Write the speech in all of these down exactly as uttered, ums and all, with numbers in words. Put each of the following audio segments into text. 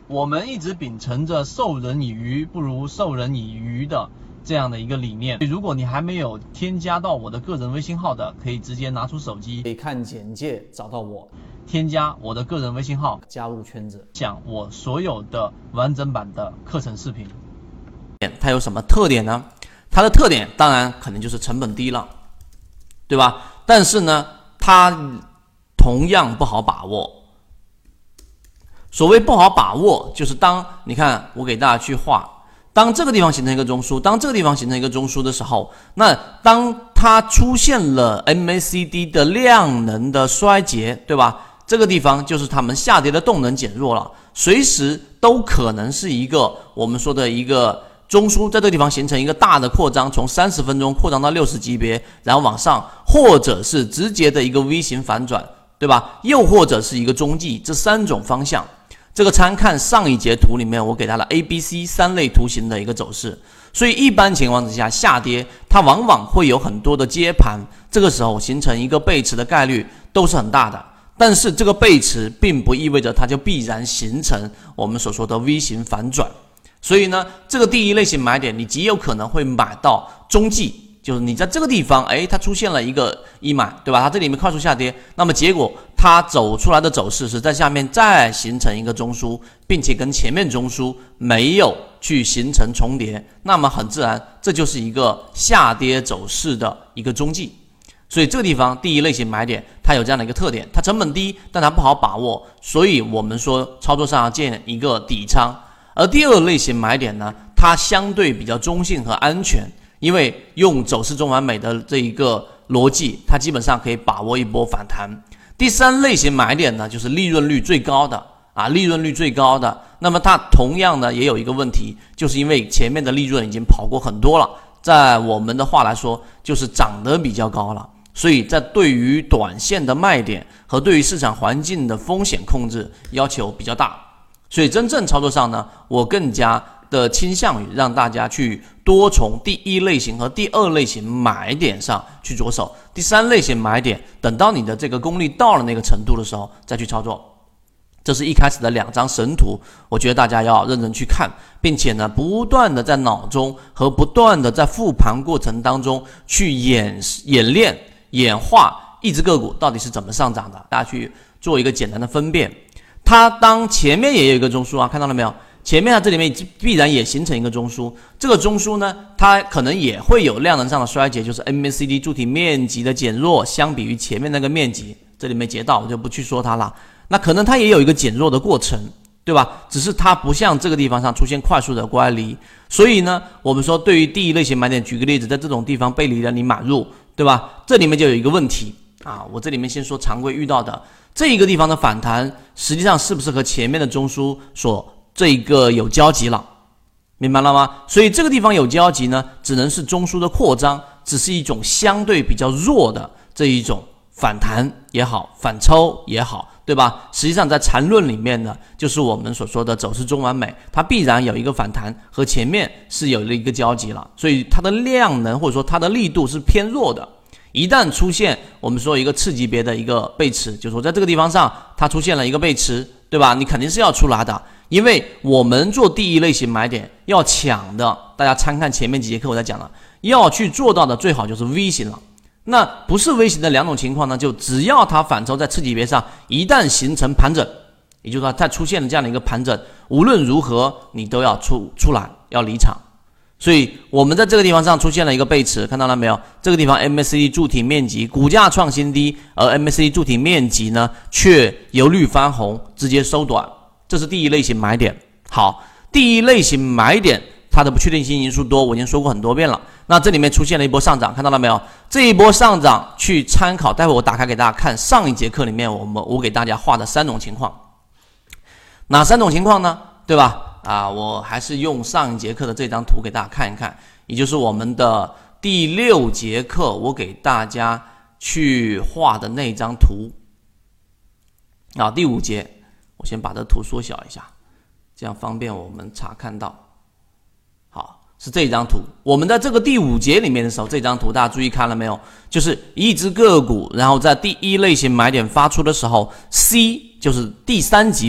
我们一直秉承着授人以鱼不如授人以渔的这样的一个理念。如果你还没有添加到我的个人微信号的，可以直接拿出手机， 可以看简介找到我， 添加我的个人微信号， 加入圈子， 讲我所有的完整版的课程视频。 它有什么特点呢？它的特点当然肯定就是成本低了，对吧？但是呢，它同样不好把握。所谓不好把握，就是当你看我给大家去画，当这个地方形成一个中枢，当这个地方形成一个中枢的时候，那当它出现了 M A C D 的量能的衰竭，对吧？这个地方就是它们下跌的动能减弱了，随时都可能是一个我们说的一个中枢，在这个地方形成一个大的扩张，从三十分钟扩张到六十级别，然后往上，或者是直接的一个 V 型反转，对吧？又或者是一个中继，这三种方向。这个参看上一节图里面我给它了 A、B、C 三类图形的一个走势，所以一般情况之下下跌它往往会有很多的接盘，这个时候形成一个背驰的概率都是很大的。但是这个背驰并不意味着它就必然形成我们所说的 V 型反转，所以呢，这个第一类型买点你极有可能会买到中继。就是你在这个地方，哎，它出现了一个一买，对吧？它这里面快速下跌，那么结果它走出来的走势是在下面再形成一个中枢，并且跟前面中枢没有去形成重叠，那么很自然，这就是一个下跌走势的一个中继。所以这个地方第一类型买点，它有这样的一个特点，它成本低，但它不好把握，所以我们说操作上要建一个底仓。而第二类型买点呢，它相对比较中性和安全。因为用走势中完美的这一个逻辑，它基本上可以把握一波反弹。第三类型买点呢，就是利润率最高的啊，利润率最高的。那么它同样呢也有一个问题，就是因为前面的利润已经跑过很多了，在我们的话来说，就是涨得比较高了，所以在对于短线的卖点和对于市场环境的风险控制要求比较大。所以真正操作上呢，我更加的倾向于让大家去多从第一类型和第二类型买点上去着手，第三类型买点等到你的这个功力到了那个程度的时候再去操作。这是一开始的两张神图，我觉得大家要认真去看，并且呢不断的在脑中和不断的在复盘过程当中去演演练演化一只个股到底是怎么上涨的，大家去做一个简单的分辨。它当前面也有一个中枢啊，看到了没有？前面它这里面必然也形成一个中枢，这个中枢呢，它可能也会有量能上的衰竭，就是 M A C D 柱体面积的减弱，相比于前面那个面积，这里没截到，我就不去说它了。那可能它也有一个减弱的过程，对吧？只是它不像这个地方上出现快速的乖离，所以呢，我们说对于第一类型买点，举个例子，在这种地方背离了你买入，对吧？这里面就有一个问题啊，我这里面先说常规遇到的这一个地方的反弹，实际上是不是和前面的中枢所这个有交集了，明白了吗？所以这个地方有交集呢，只能是中枢的扩张，只是一种相对比较弱的这一种反弹也好，反抽也好，对吧？实际上在缠论里面呢，就是我们所说的走势中完美，它必然有一个反弹和前面是有了一个交集了，所以它的量能或者说它的力度是偏弱的。一旦出现我们说一个次级别的一个背驰，就是说在这个地方上它出现了一个背驰，对吧？你肯定是要出来的，因为我们做第一类型买点要抢的，大家参看前面几节课我在讲了，要去做到的最好就是 V 型了。那不是 V 型的两种情况呢，就只要它反抽在次级别上一旦形成盘整，也就是说它出现了这样的一个盘整，无论如何你都要出出来，要离场。所以我们在这个地方上出现了一个背驰，看到了没有？这个地方 M A C D 柱体面积股价创新低，而 M A C D 柱体面积呢却由绿翻红，直接收短，这是第一类型买点。好，第一类型买点它的不确定性因素多，我已经说过很多遍了。那这里面出现了一波上涨，看到了没有？这一波上涨去参考，待会我打开给大家看上一节课里面我们我给大家画的三种情况。哪三种情况呢？对吧？啊，我还是用上一节课的这张图给大家看一看，也就是我们的第六节课我给大家去画的那张图。啊，第五节，我先把这图缩小一下，这样方便我们查看到。好，是这张图。我们在这个第五节里面的时候，这张图大家注意看了没有？就是一只个股，然后在第一类型买点发出的时候 ，C 就是第三级别。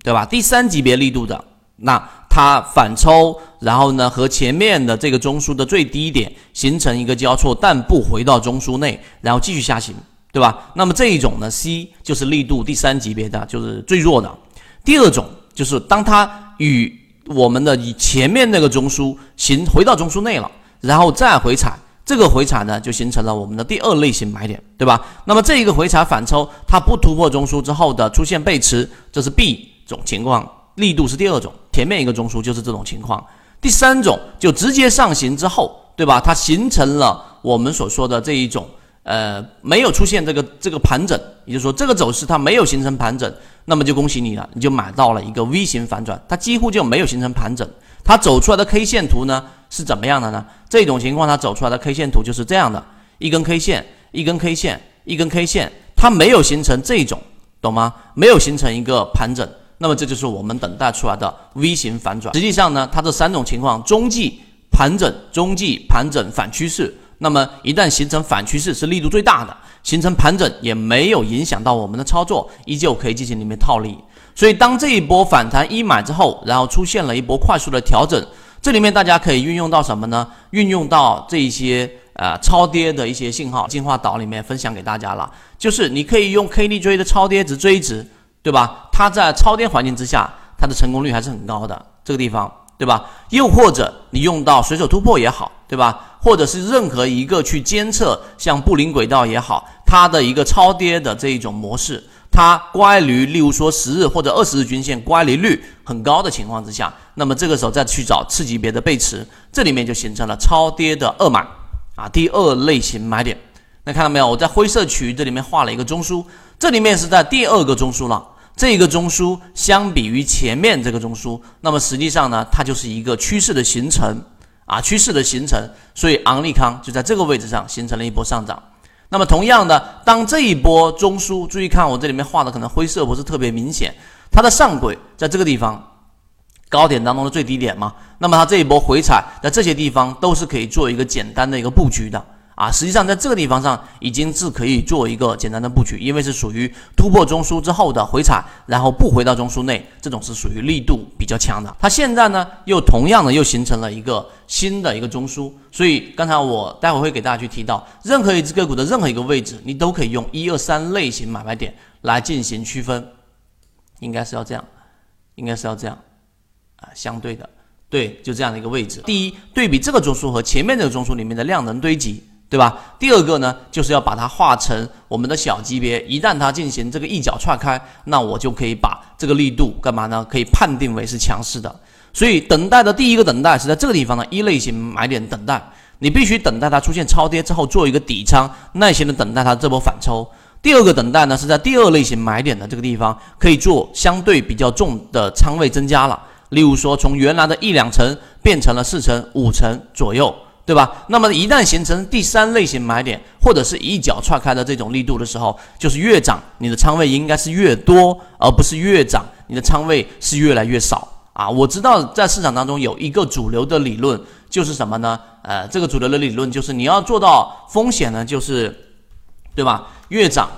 对吧？第三级别力度的，那它反抽，然后呢和前面的这个中枢的最低点形成一个交错，但不回到中枢内，然后继续下行，对吧？那么这一种呢 C 就是力度第三级别的，就是最弱的。第二种就是当它与我们的以前面那个中枢行回到中枢内了，然后再回踩，这个回踩呢就形成了我们的第二类型买点，对吧？那么这一个回踩反抽，它不突破中枢之后的出现背驰，这是 B 种情况，力度是第二种，前面一个中枢就是这种情况。第三种就直接上行之后，对吧？它形成了我们所说的这一种呃没有出现这个这个盘整，也就是说这个走势它没有形成盘整，那么就恭喜你了，你就买到了一个 V 型反转，它几乎就没有形成盘整。它走出来的 K 线图呢是怎么样的呢？这种情况它走出来的 K 线图就是这样的，一根 K 线，一根 K 线，一根 K 线，它没有形成这种，懂吗？没有形成一个盘整，那么这就是我们等待出来的 V 型反转。实际上呢，它这三种情况，中继盘整、中继盘整反趋势，那么一旦形成反趋势是力度最大的，形成盘整也没有影响到我们的操作，依旧可以进行里面套利。所以当这一波反弹一买之后，然后出现了一波快速的调整，这里面大家可以运用到什么呢？运用到这一些呃超跌的一些信号，进化岛里面分享给大家了，就是你可以用 K D J 的超跌值追值，对吧？它在超跌环境之下，它的成功率还是很高的，这个地方，对吧？又或者你用到随手突破也好，对吧？或者是任何一个去监测像布林轨道也好，它的一个超跌的这一种模式，它乖离，例如说十日或者二十日均线乖离率很高的情况之下，那么这个时候再去找次级别的背驰，这里面就形成了超跌的二买啊，第二类型买点。那看到没有？我在灰色区域这里面画了一个中枢，这里面是在第二个中枢了。这个中枢相比于前面这个中枢，那么实际上呢，它就是一个趋势的形成啊，趋势的形成，所以昂利康就在这个位置上形成了一波上涨。那么同样的，当这一波中枢，注意看我这里面画的可能灰色不是特别明显，它的上轨在这个地方，高点当中的最低点嘛，那么它这一波回踩在这些地方都是可以做一个简单的一个布局的啊，实际上在这个地方上已经是可以做一个简单的布局，因为是属于突破中枢之后的回踩，然后不回到中枢内，这种是属于力度比较强的。它现在呢又同样的又形成了一个新的一个中枢，所以刚才我待会会给大家去提到，任何一只个股的任何一个位置，你都可以用一二三类型买卖点来进行区分，应该是要这样，应该是要这样啊，相对的，对，就这样的一个位置。第一，对比这个中枢和前面这个中枢里面的量能堆积，对吧？第二个呢，就是要把它画成我们的小级别，一旦它进行这个一脚踹开，那我就可以把这个力度干嘛呢？可以判定为是强势的。所以等待的第一个等待是在这个地方的一类型买点等待，你必须等待它出现超跌之后做一个底仓，耐心的等待它这波反抽。第二个等待呢是在第二类型买点的这个地方，可以做相对比较重的仓位增加了，例如说从原来的一两成变成了四成、五成左右。对吧？那么一旦形成第三类型买点，或者是一脚踹开的这种力度的时候，就是越涨你的仓位应该是越多，而不是越涨你的仓位是越来越少啊！我知道在市场当中有一个主流的理论，就是什么呢？呃，这个主流的理论就是你要做到风险呢，就是对吧？越涨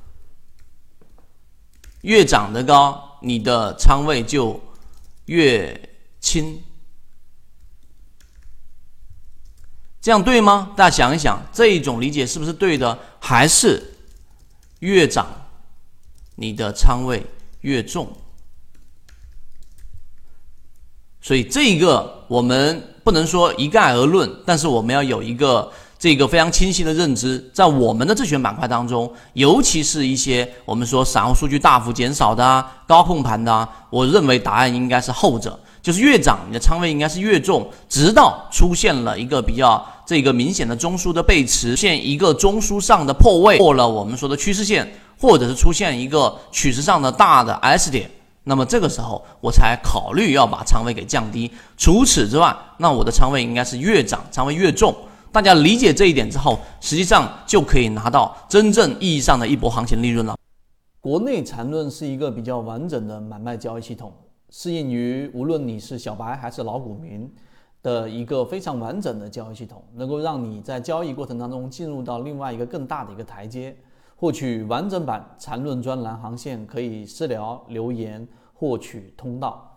越涨得高，你的仓位就越轻。这样对吗？大家想一想，这一种理解是不是对的？还是越涨你的仓位越重？所以这个我们不能说一概而论，但是我们要有一个这个非常清晰的认知，在我们的自选板块当中，尤其是一些我们说散户数据大幅减少的啊、高控盘的啊，我认为答案应该是后者，就是越涨你的仓位应该是越重，直到出现了一个比较这个明显的中枢的背驰，出现一个中枢上的破位，破了我们说的趋势线，或者是出现一个曲势上的大的 S 点，那么这个时候我才考虑要把仓位给降低。除此之外，那我的仓位应该是越涨仓位越重。大家理解这一点之后，实际上就可以拿到真正意义上的一波行情利润了。 国内缠论是一个比较完整的买卖交易系统，适应于无论你是小白还是老股民的一个非常完整的交易系统，能够让你在交易过程当中进入到另外一个更大的一个台阶。获取完整版缠论专栏航线可以私聊留言获取通道。